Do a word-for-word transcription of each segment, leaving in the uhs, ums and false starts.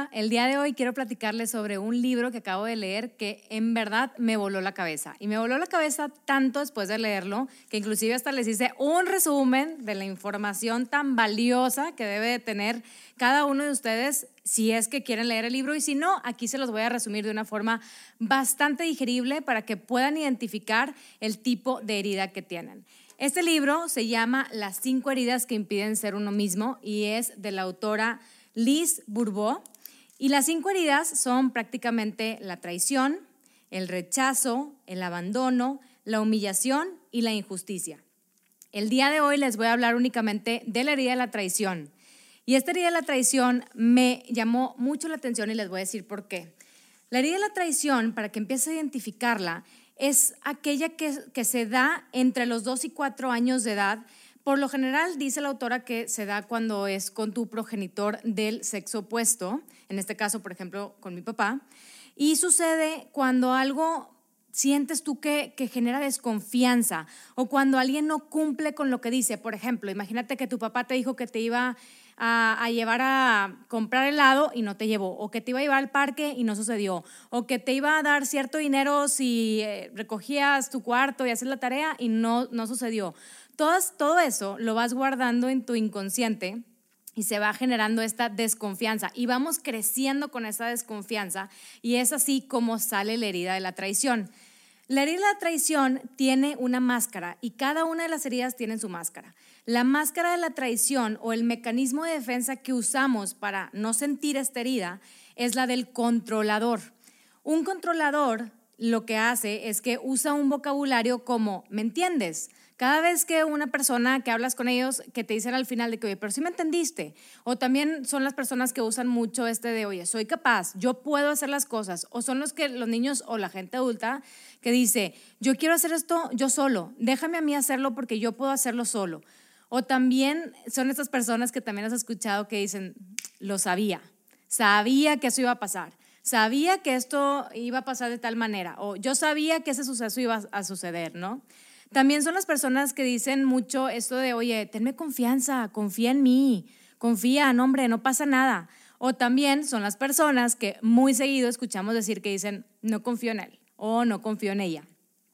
Hola, el día de hoy quiero platicarles sobre un libro que acabo de leer que en verdad me voló la cabeza. Y me voló la cabeza tanto después de leerlo que inclusive hasta les hice un resumen de la información tan valiosa que debe de tener cada uno de ustedes si es que quieren leer el libro. Y si no, aquí se los voy a resumir de una forma bastante digerible para que puedan identificar el tipo de herida que tienen. Este libro se llama Las cinco heridas que impiden ser uno mismo y es de la autora Liz Bourbeau, y las cinco heridas son prácticamente la traición, el rechazo, el abandono, la humillación y la injusticia. El día de hoy les voy a hablar únicamente de la herida de la traición. Y esta herida de la traición me llamó mucho la atención y les voy a decir por qué. La herida de la traición, para que empieces a identificarla, es aquella que, que se da entre los dos y cuatro años de edad. Por lo general, dice la autora que se da cuando es con tu progenitor del sexo opuesto, en este caso, por ejemplo, con mi papá, y sucede cuando algo sientes tú que, que genera desconfianza o cuando alguien no cumple con lo que dice. Por ejemplo, imagínate que tu papá te dijo que te iba a, a llevar a comprar helado y no te llevó, o que te iba a llevar al parque y no sucedió, o que te iba a dar cierto dinero si eh, recogías tu cuarto y haces la tarea y no, no sucedió. Todo, todo eso lo vas guardando en tu inconsciente y se va generando esta desconfianza y vamos creciendo con esa desconfianza y es así como sale la herida de la traición. La herida de la traición tiene una máscara y cada una de las heridas tiene su máscara. La máscara de la traición o el mecanismo de defensa que usamos para no sentir esta herida es la del controlador. Un controlador lo que hace es que usa un vocabulario como ¿me entiendes? Cada vez que una persona que hablas con ellos que te dicen al final de que oye, pero sí me entendiste, o también son las personas que usan mucho este de oye, soy capaz, yo puedo hacer las cosas, o son los que los niños o la gente adulta que dice, yo quiero hacer esto yo solo, déjame a mí hacerlo porque yo puedo hacerlo solo. O también son estas personas que también has escuchado que dicen, lo sabía, sabía que eso iba a pasar. Sabía que esto iba a pasar de tal manera, o yo sabía que ese suceso iba a suceder, ¿no? También son las personas que dicen mucho esto de, oye, tenme confianza, confía en mí, confía, no hombre, no pasa nada. O también son las personas que muy seguido escuchamos decir que dicen, no confío en él o no confío en ella.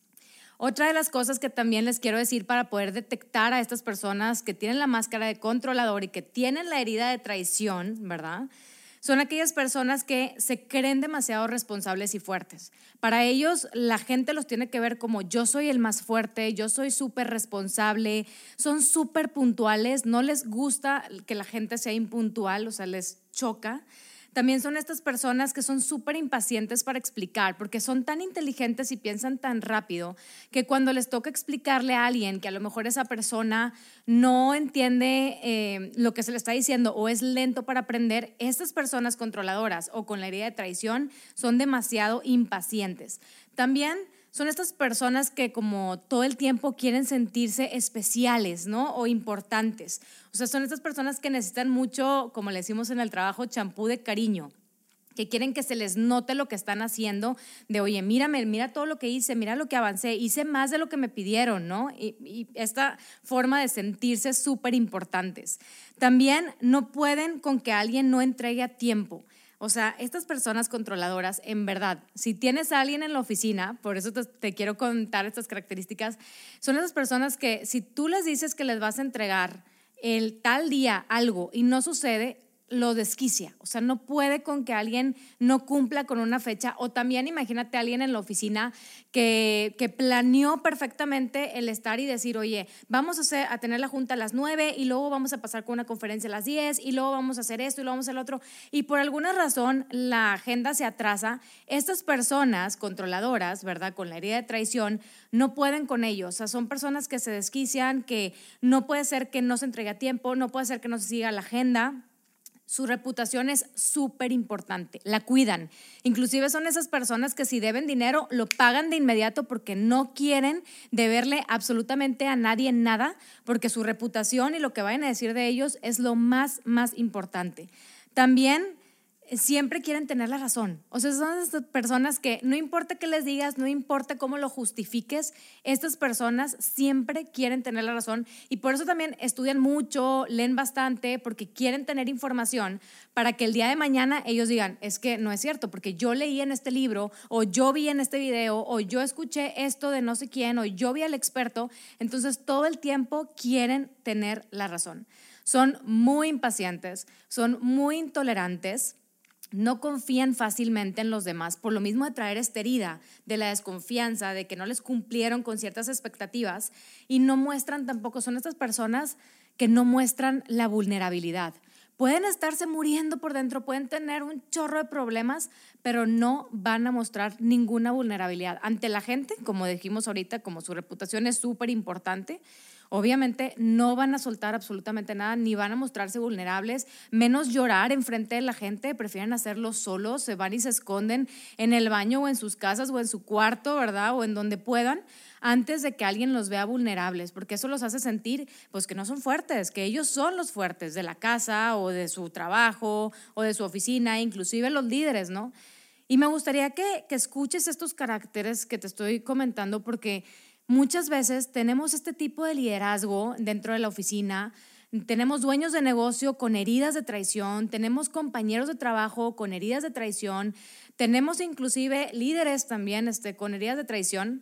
Otra de las cosas que también les quiero decir para poder detectar a estas personas que tienen la máscara de controlador y que tienen la herida de traición, ¿verdad? Son aquellas personas que se creen demasiado responsables y fuertes. Para ellos, la gente los tiene que ver como yo soy el más fuerte, yo soy súper responsable, son súper puntuales, no les gusta que la gente sea impuntual, o sea, les choca. También son estas personas que son súper impacientes para explicar, porque son tan inteligentes y piensan tan rápido que cuando les toca explicarle a alguien que a lo mejor esa persona no entiende eh, lo que se le está diciendo o es lento para aprender, estas personas controladoras o con la herida de traición son demasiado impacientes. También son estas personas que como todo el tiempo quieren sentirse especiales, ¿no? O importantes. O sea, son estas personas que necesitan mucho, como le decimos en el trabajo, champú de cariño, que quieren que se les note lo que están haciendo, de oye, mírame, mira todo lo que hice, mira lo que avancé, hice más de lo que me pidieron, ¿no? Y, y esta forma de sentirse súper importantes. También no pueden con que alguien no entregue a tiempo. O sea, estas personas controladoras, en verdad, si tienes a alguien en la oficina, por eso te, te quiero contar estas características, son esas personas que si tú les dices que les vas a entregar el tal día algo y no sucede, lo desquicia, o sea, no puede con que alguien no cumpla con una fecha. O también imagínate a alguien en la oficina que, que planeó perfectamente el estar y decir, oye, vamos a, hacer, a tener la junta a las nueve y luego vamos a pasar con una conferencia a las diez y luego vamos a hacer esto y luego vamos a hacer lo otro, y por alguna razón la agenda se atrasa. Estas personas controladoras, ¿verdad?, con la herida de traición, no pueden con ellos. O sea, son personas que se desquician, que no puede ser que no se entregue a tiempo, no puede ser que no se siga la agenda. Su reputación es súper importante, la cuidan. Inclusive son esas personas que si deben dinero lo pagan de inmediato porque no quieren deberle absolutamente a nadie nada, porque su reputación y lo que vayan a decir de ellos es lo más, más importante. También siempre quieren tener la razón. O sea, son estas personas que no importa qué les digas, no importa cómo lo justifiques, estas personas siempre quieren tener la razón y por eso también estudian mucho, leen bastante, porque quieren tener información para que el día de mañana ellos digan, es que no es cierto, porque yo leí en este libro, o yo vi en este video, o yo escuché esto de no sé quién, o yo vi al experto. Entonces todo el tiempo quieren tener la razón. Son muy impacientes, son muy intolerantes, no confían fácilmente en los demás por lo mismo de traer esta herida de la desconfianza, de que no les cumplieron con ciertas expectativas y no muestran tampoco, son estas personas que no muestran la vulnerabilidad. Pueden estarse muriendo por dentro, pueden tener un chorro de problemas, pero no van a mostrar ninguna vulnerabilidad ante la gente, como dijimos ahorita, como su reputación es súper importante. Obviamente no van a soltar absolutamente nada, ni van a mostrarse vulnerables, menos llorar enfrente de la gente, prefieren hacerlo solos, se van y se esconden en el baño o en sus casas o en su cuarto, ¿verdad? O en donde puedan, antes de que alguien los vea vulnerables, porque eso los hace sentir pues que no son fuertes, que ellos son los fuertes de la casa o de su trabajo o de su oficina, inclusive los líderes, ¿no? Y me gustaría que, que escuches estos caracteres que te estoy comentando porque muchas veces tenemos este tipo de liderazgo dentro de la oficina, tenemos dueños de negocio con heridas de traición, tenemos compañeros de trabajo con heridas de traición, tenemos inclusive líderes también este, con heridas de traición,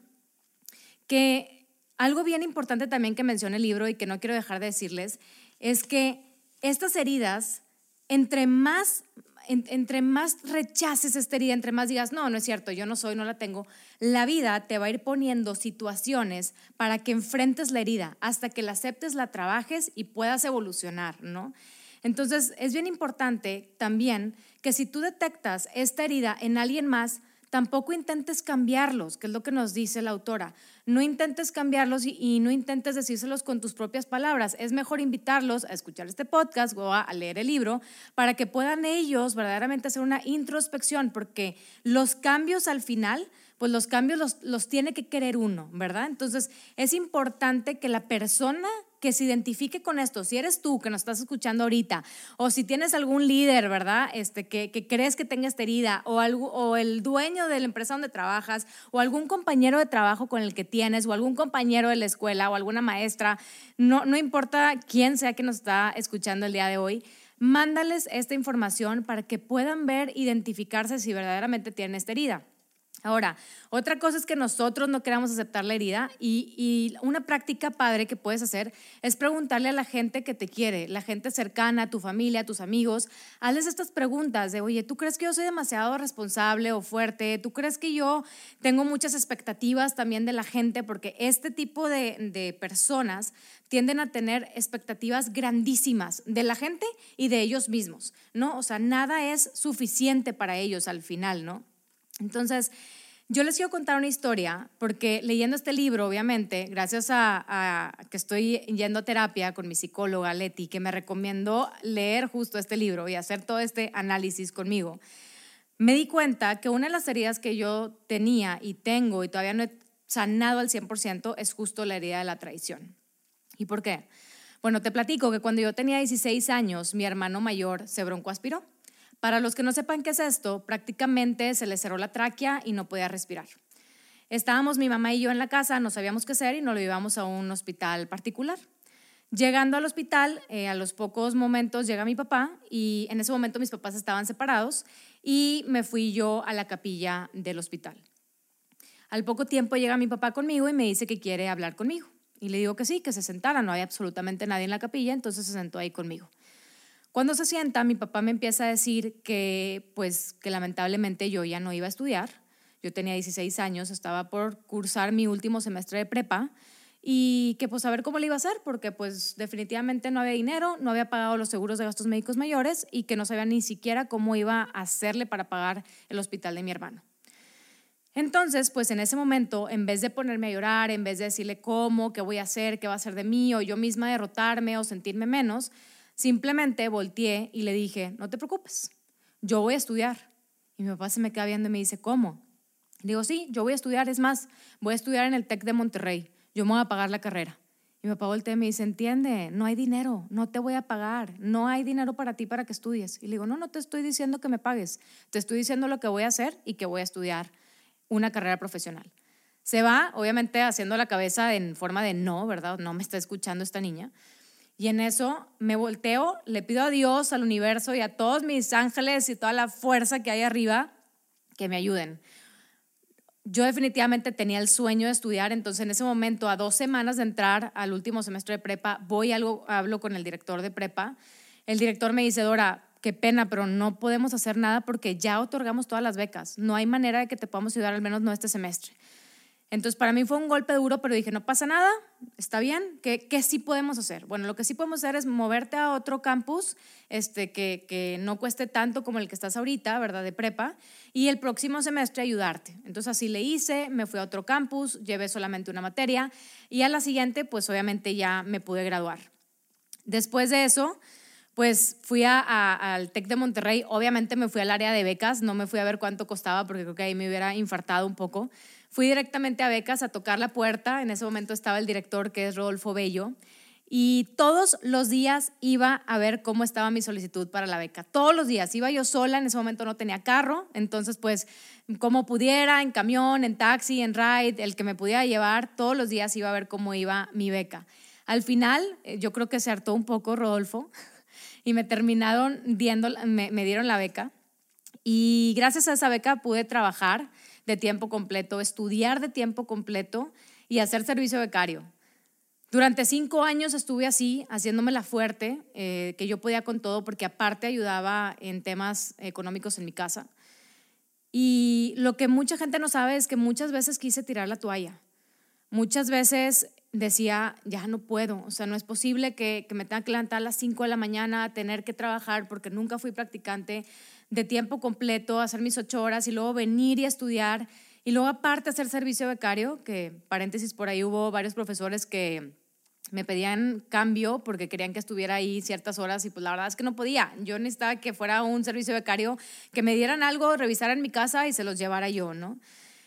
que algo bien importante también que menciona el libro y que no quiero dejar de decirles, es que estas heridas, entre más... entre más rechaces esta herida, entre más digas, no, no es cierto, yo no soy, no la tengo, la vida te va a ir poniendo situaciones para que enfrentes la herida, hasta que la aceptes, la trabajes y puedas evolucionar, ¿no? Entonces, es bien importante también que si tú detectas esta herida en alguien más, tampoco intentes cambiarlos, que es lo que nos dice la autora. No intentes cambiarlos y, y no intentes decírselos con tus propias palabras. Es mejor invitarlos a escuchar este podcast o a, a leer el libro para que puedan ellos verdaderamente hacer una introspección, porque los cambios al final, pues los cambios los, los tiene que querer uno, ¿verdad? Entonces, es importante que la persona que se identifique con esto, si eres tú que nos estás escuchando ahorita, o si tienes algún líder, ¿verdad? Este, que, que crees que tenga esta herida, o, algo, o el dueño de la empresa donde trabajas, o algún compañero de trabajo con el que tienes, o algún compañero de la escuela, o alguna maestra, no, no importa quién sea que nos está escuchando el día de hoy, mándales esta información para que puedan ver, identificarse si verdaderamente tienen esta herida. Ahora, otra cosa es que nosotros no queramos aceptar la herida y, y una práctica padre que puedes hacer es preguntarle a la gente que te quiere, la gente cercana, a tu familia, a tus amigos, hazles estas preguntas de, oye, ¿tú crees que yo soy demasiado responsable o fuerte? ¿Tú crees que yo tengo muchas expectativas también de la gente? Porque este tipo de, de personas tienden a tener expectativas grandísimas de la gente y de ellos mismos, ¿no? O sea, nada es suficiente para ellos al final, ¿no? Entonces, yo les quiero contar una historia porque leyendo este libro, obviamente, gracias a, a que estoy yendo a terapia con mi psicóloga Leti, que me recomendó leer justo este libro y hacer todo este análisis conmigo, me di cuenta que una de las heridas que yo tenía y tengo y todavía no he sanado al cien por ciento es justo la herida de la traición. ¿Y por qué? Bueno, te platico que cuando yo tenía dieciséis años, mi hermano mayor se broncoaspiró. Para los que no sepan qué es esto, prácticamente se le cerró la tráquea y no podía respirar. Estábamos mi mamá y yo en la casa, no sabíamos qué hacer y nos lo llevamos a un hospital particular. Llegando al hospital, eh, a los pocos momentos llega mi papá y en ese momento mis papás estaban separados y me fui yo a la capilla del hospital. Al poco tiempo llega mi papá conmigo y me dice que quiere hablar conmigo. Y le digo que sí, que se sentara, no había absolutamente nadie en la capilla, entonces se sentó ahí conmigo. Cuando se sienta, mi papá me empieza a decir que, pues, que lamentablemente yo ya no iba a estudiar. Yo tenía dieciséis años, estaba por cursar mi último semestre de prepa y que pues a ver cómo le iba a hacer porque pues definitivamente no había dinero, no había pagado los seguros de gastos médicos mayores y que no sabía ni siquiera cómo iba a hacerle para pagar el hospital de mi hermano. Entonces, pues en ese momento, en vez de ponerme a llorar, en vez de decirle cómo, qué voy a hacer, qué va a hacer de mí o yo misma derrotarme o sentirme menos, simplemente volteé y le dije, no te preocupes, yo voy a estudiar. Y mi papá se me queda viendo y me dice, ¿cómo? Le digo, sí, yo voy a estudiar, es más, voy a estudiar en el TEC de Monterrey, yo me voy a pagar la carrera. Y mi papá voltea y me dice, entiende, no hay dinero, no te voy a pagar, no hay dinero para ti para que estudies. Y le digo, no, no te estoy diciendo que me pagues, te estoy diciendo lo que voy a hacer y que voy a estudiar una carrera profesional. Se va, obviamente, haciendo la cabeza en forma de no, ¿verdad? No me está escuchando esta niña. Y en eso me volteo, le pido a Dios, al universo y a todos mis ángeles y toda la fuerza que hay arriba que me ayuden. Yo definitivamente tenía el sueño de estudiar, entonces en ese momento, a dos semanas de entrar al último semestre de prepa, voy y algo, hablo con el director de prepa. El director me dice, Dora, qué pena, pero no podemos hacer nada porque ya otorgamos todas las becas. No hay manera de que te podamos ayudar, al menos no este semestre. Entonces para mí fue un golpe duro, pero dije, no pasa nada, está bien, ¿qué, qué sí podemos hacer? Bueno, lo que sí podemos hacer es moverte a otro campus este, que, que no cueste tanto como el que estás ahorita, ¿verdad? De prepa, y el próximo semestre ayudarte. Entonces así le hice, me fui a otro campus, llevé solamente una materia y a la siguiente pues obviamente ya me pude graduar. Después de eso pues fui a, a, al TEC de Monterrey, obviamente me fui al área de becas, no me fui a ver cuánto costaba porque creo que ahí me hubiera infartado un poco. Fui directamente a becas a tocar la puerta, en ese momento estaba el director que es Rodolfo Bello y todos los días iba a ver cómo estaba mi solicitud para la beca, todos los días, iba yo sola, en ese momento no tenía carro, entonces pues como pudiera, en camión, en taxi, en ride, el que me pudiera llevar, todos los días iba a ver cómo iba mi beca. Al final yo creo que se hartó un poco Rodolfo y me terminaron diendo, me, me dieron la beca y gracias a esa beca pude trabajar de tiempo completo, estudiar de tiempo completo y hacer servicio becario. Durante cinco años estuve así, haciéndome la fuerte, eh, que yo podía con todo porque aparte ayudaba en temas económicos en mi casa. Y lo que mucha gente no sabe es que muchas veces quise tirar la toalla. Muchas veces decía, ya no puedo, o sea, no es posible que, que me tenga que levantar a las cinco de la mañana, tener que trabajar porque nunca fui practicante de tiempo completo, hacer mis ocho horas y luego venir y estudiar y luego aparte hacer servicio becario, que paréntesis por ahí hubo varios profesores que me pedían cambio porque querían que estuviera ahí ciertas horas y pues la verdad es que no podía. Yo necesitaba que fuera un servicio becario, que me dieran algo, revisaran mi casa y se los llevara yo, ¿no?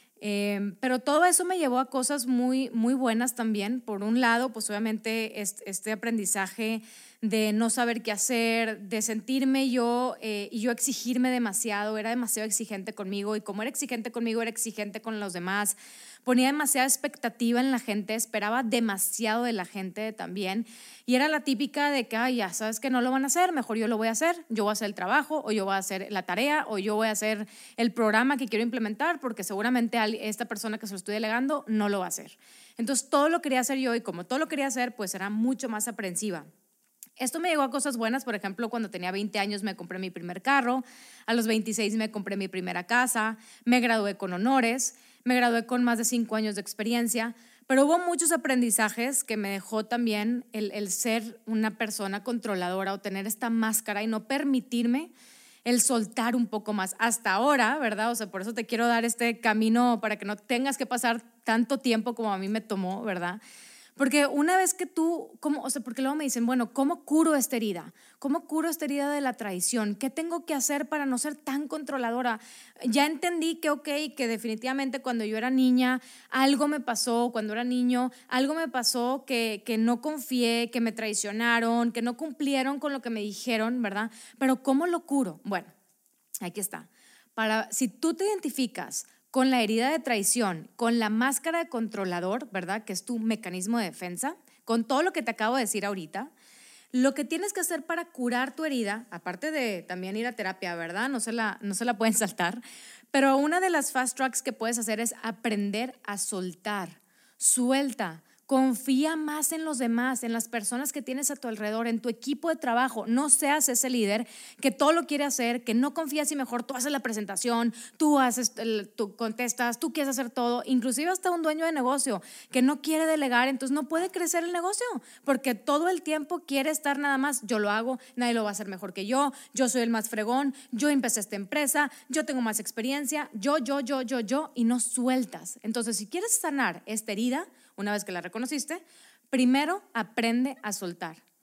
Eh, pero todo eso me llevó a cosas muy, muy buenas también. Por un lado, pues obviamente este, este aprendizaje de no saber qué hacer, de sentirme yo eh, y yo exigirme demasiado, era demasiado exigente conmigo y como era exigente conmigo, era exigente con los demás, ponía demasiada expectativa en la gente, esperaba demasiado de la gente también y era la típica de que, ay, ya sabes que no lo van a hacer, mejor yo lo voy a hacer, yo voy a hacer el trabajo o yo voy a hacer la tarea o yo voy a hacer el programa que quiero implementar porque seguramente esta persona que se lo estoy delegando no lo va a hacer. Entonces todo lo quería hacer yo y como todo lo quería hacer, pues era mucho más aprensiva. Esto me llegó a cosas buenas, por ejemplo, cuando tenía veinte años me compré mi primer carro, a los veintiséis me compré mi primera casa, me gradué con honores, me gradué con más de cinco años de experiencia, pero hubo muchos aprendizajes que me dejó también el, el ser una persona controladora o tener esta máscara y no permitirme el soltar un poco más. Hasta ahora, ¿verdad? O sea, por eso te quiero dar este camino para que no tengas que pasar tanto tiempo como a mí me tomó, ¿verdad? Porque una vez que tú, ¿cómo? O sea, porque luego me dicen, bueno, ¿cómo curo esta herida? ¿Cómo curo esta herida de la traición? ¿Qué tengo que hacer para no ser tan controladora? Ya entendí que, ok, que definitivamente cuando yo era niña, algo me pasó, cuando era niño, algo me pasó que, que no confié, que me traicionaron, que no cumplieron con lo que me dijeron, ¿verdad? Pero ¿cómo lo curo? Bueno, aquí está. Para, si tú te identificas con la herida de traición, con la máscara de controlador, ¿verdad? Que es tu mecanismo de defensa, con todo lo que te acabo de decir ahorita, lo que tienes que hacer para curar tu herida, aparte de también ir a terapia, ¿verdad? No se la, no se la pueden saltar, pero una de las fast tracks que puedes hacer es aprender a soltar. Suelta. Confía más en los demás, en las personas que tienes a tu alrededor, en tu equipo de trabajo. No seas ese líder que todo lo quiere hacer, que no confías y mejor tú haces la presentación, tú, haces, tú contestas, tú quieres hacer todo. Inclusive hasta un dueño de negocio que no quiere delegar, entonces no puede crecer el negocio porque todo el tiempo quiere estar nada más. Yo lo hago, nadie lo va a hacer mejor que yo, yo soy el más fregón, yo empecé esta empresa, yo tengo más experiencia, yo, yo, yo, yo, yo, y no sueltas. Entonces, si quieres sanar esta herida, una vez que la reconociste, primero aprende a soltar.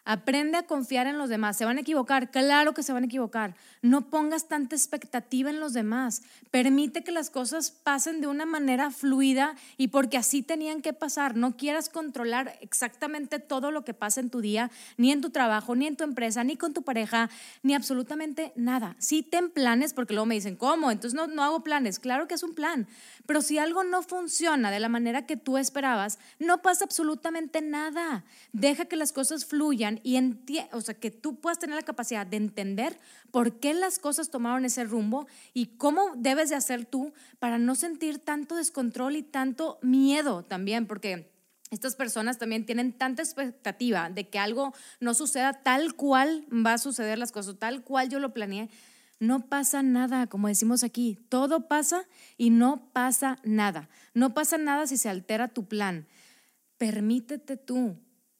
Aprende a confiar en los demás. ¿Se van a equivocar? Claro que se van a equivocar. No pongas tanta expectativa en los demás. Permite que las cosas pasen de una manera fluida y porque así tenían que pasar. No quieras controlar exactamente todo lo que pasa en tu día, ni en tu trabajo, ni en tu empresa, ni con tu pareja, ni absolutamente nada. Sí ten planes, porque luego me dicen, ¿cómo? Entonces no, no hago planes. Claro que es un plan. Pero si algo no funciona de la manera que tú esperabas, no pasa absolutamente nada. Deja que las cosas fluyan y enti- o sea, que tú puedas tener la capacidad de entender por qué las cosas tomaron ese rumbo y cómo debes de hacer tú para no sentir tanto descontrol y tanto miedo también, porque estas personas también tienen tanta expectativa de que algo no suceda tal cual va a suceder las cosas, tal cual yo lo planeé. No pasa nada, como decimos aquí, todo pasa y no pasa nada. No pasa nada si se altera tu plan. Permítete tú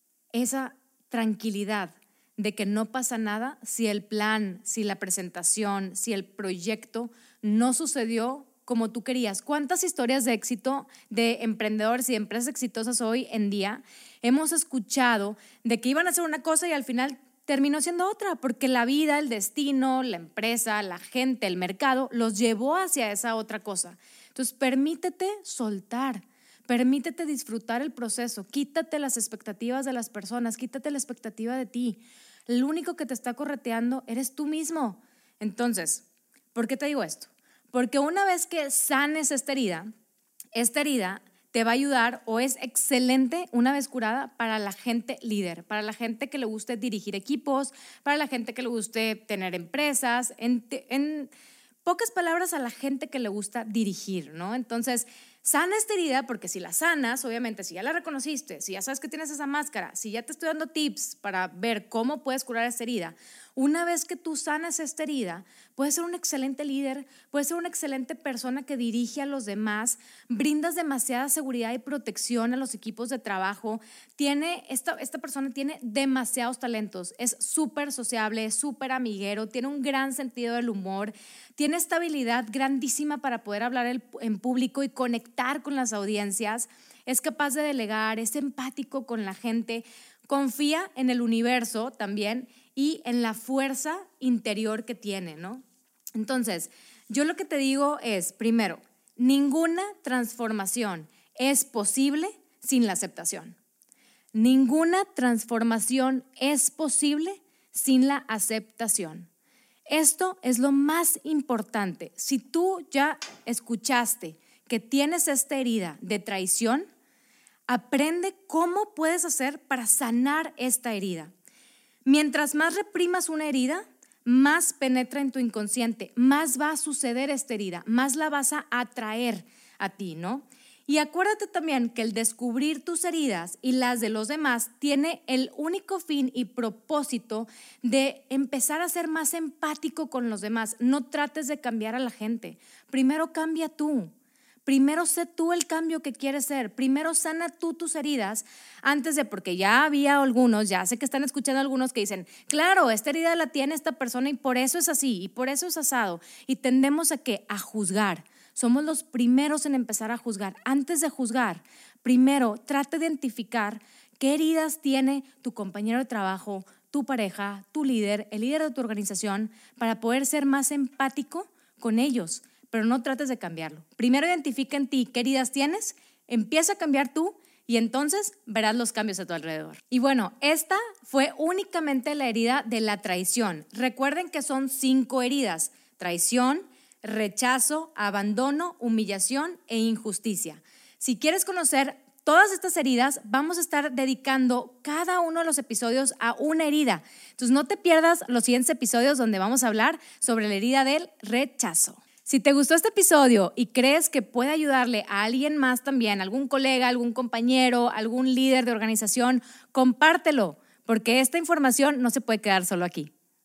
esa tranquilidad de que no pasa nada si el plan, si la presentación, si el proyecto no sucedió como tú querías. ¿Cuántas historias de éxito de emprendedores y de empresas exitosas hoy en día hemos escuchado de que iban a hacer una cosa y al final terminó siendo otra? Porque la vida, el destino, la empresa, la gente, el mercado los llevó hacia esa otra cosa. Entonces, permítete soltar. Permítete disfrutar el proceso, quítate las expectativas de las personas, quítate la expectativa de ti. El único que te está correteando eres tú mismo. Entonces, ¿por qué te digo esto? Porque una vez que sanes esta herida, esta herida te va a ayudar o es excelente una vez curada para la gente líder, para la gente que le guste dirigir equipos, para la gente que le guste tener empresas, en, en pocas palabras a la gente que le gusta dirigir, ¿no? Entonces, sana esta herida porque si la sanas, obviamente, si ya la reconociste, si ya sabes que tienes esa máscara, si ya te estoy dando tips para ver cómo puedes curar esta herida, una vez que tú sanas esta herida, puedes ser un excelente líder, puedes ser una excelente persona que dirige a los demás, brindas demasiada seguridad y protección a los equipos de trabajo. Tiene, esta, esta persona tiene demasiados talentos, es súper sociable, es súper amiguero, tiene un gran sentido del humor, tiene esta habilidad grandísima para poder hablar el, en público y conectar con las audiencias, es capaz de delegar, es empático con la gente, confía en el universo también y en la fuerza interior que tiene, ¿no? Entonces, yo lo que te digo es, primero, ninguna transformación es posible sin la aceptación. Ninguna transformación es posible sin la aceptación. Esto es lo más importante. Si tú ya escuchaste que tienes esta herida de traición, aprende cómo puedes hacer para sanar esta herida. Mientras más reprimas una herida, más penetra en tu inconsciente, más va a suceder esta herida, más la vas a atraer a ti, ¿no? Y acuérdate también que el descubrir tus heridas y las de los demás tiene el único fin y propósito de empezar a ser más empático con los demás. No trates de cambiar a la gente. Primero cambia tú. Primero sé tú el cambio que quieres ser. Primero sana tú tus heridas antes de, porque ya había algunos, ya sé que están escuchando algunos que dicen, claro, esta herida la tiene esta persona y por eso es así y por eso es asado. Y tendemos a ¿qué? A juzgar. Somos los primeros en empezar a juzgar. Antes de juzgar, primero trata de identificar qué heridas tiene tu compañero de trabajo, tu pareja, tu líder, el líder de tu organización, para poder ser más empático con ellos. Pero no trates de cambiarlo. Primero identifica en ti qué heridas tienes, empieza a cambiar tú y entonces verás los cambios a tu alrededor. Y bueno, esta fue únicamente la herida de la traición. Recuerden que son cinco heridas: traición, rechazo, abandono, humillación e injusticia. Si quieres conocer todas estas heridas, vamos a estar dedicando cada uno de los episodios a una herida. Entonces no te pierdas los siguientes episodios donde vamos a hablar sobre la herida del rechazo. Si te gustó este episodio y crees que puede ayudarle a alguien más también, algún colega, algún compañero, algún líder de organización, compártelo, porque esta información no se puede quedar solo aquí.